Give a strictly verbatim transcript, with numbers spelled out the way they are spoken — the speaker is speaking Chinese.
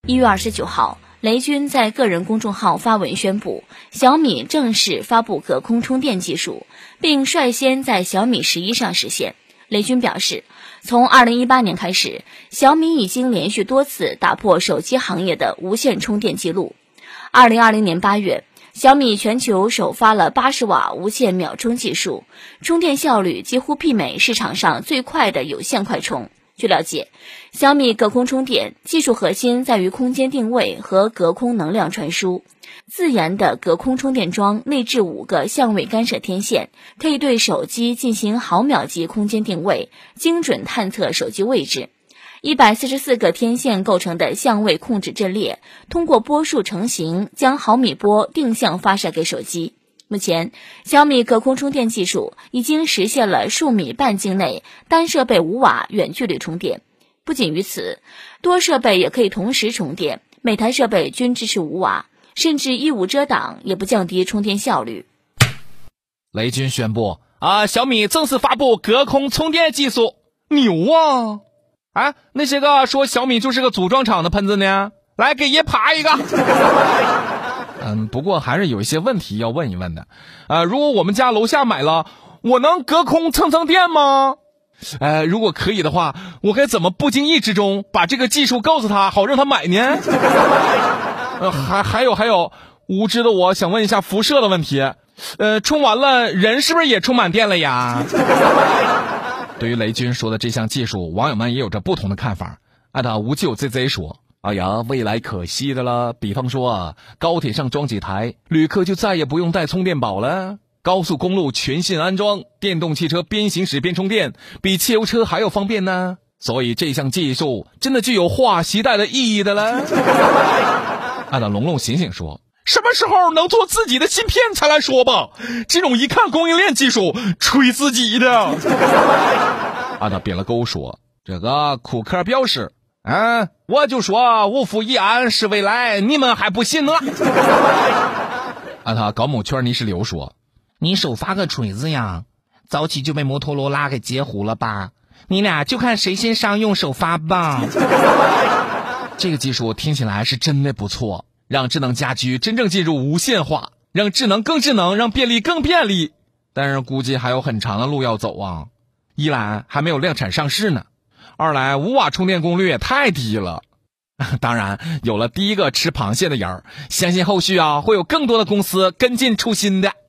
一月二十九号，雷军在个人公众号发文宣布，小米正式发布隔空充电技术，并率先在小米十一上实现。雷军表示，从二零一八年开始，小米已经连续多次打破手机行业的无线充电记录。二零二零年八月，小米全球首发了八十瓦无线秒充技术，充电效率几乎媲美市场上最快的有线快充。据了解，小米隔空充电技术核心在于空间定位和隔空能量传输。自研的隔空充电桩内置五个相位干涉天线，可以对手机进行毫秒级空间定位，精准探测手机位置。一百四十四个天线构成的相位控制阵列，通过波束成型，将毫米波定向发射给手机。目前，小米隔空充电技术已经实现了数米半径内单设备五瓦远距离充电。不仅于此，多设备也可以同时充电，每台设备均支持五瓦，甚至一无遮挡也不降低充电效率。 雷军宣布啊，小米正式发布隔空充电技术，牛啊！哎，那些个说小米就是个组装厂的喷子呢，来给爷爬一个。嗯，不过还是有一些问题要问一问的。呃，如果我们家楼下买了，我能隔空蹭蹭电吗？呃，如果可以的话，我该怎么不经意之中把这个技术告诉他，好让他买呢？呃，还还有还有，无知的我想问一下辐射的问题。呃，充完了人是不是也充满电了呀？对于雷军说的这项技术，网友们也有着不同的看法。按照无救 Z Z 说，哎呀，未来可惜的了。比方说啊，高铁上装几台，旅客就再也不用带充电宝了。高速公路全线安装，电动汽车边行驶边充电，比汽油车还要方便呢。所以这项技术真的具有划时代的意义的了。按照龙龙醒醒说，什么时候能做自己的芯片才来说吧，这种一看供应链技术吹自己的。按照扁了沟说，这个库克标示，嗯，我就说五氟乙胺是未来，你们还不信呢。按他搞某圈泥石流说， 你手发个锤子呀，早起就被摩托罗拉给截胡了吧，你俩就看谁先上用首发吧。 这个技术听起来是真的不错，让智能家居真正进入无线化，让智能更智能，让便利更便利。但是估计还有很长的路要走啊，一来还没有量产上市呢，二来五瓦充电功率也太低了。当然有了第一个吃螃蟹的人儿，相信后续啊会有更多的公司跟进出新的。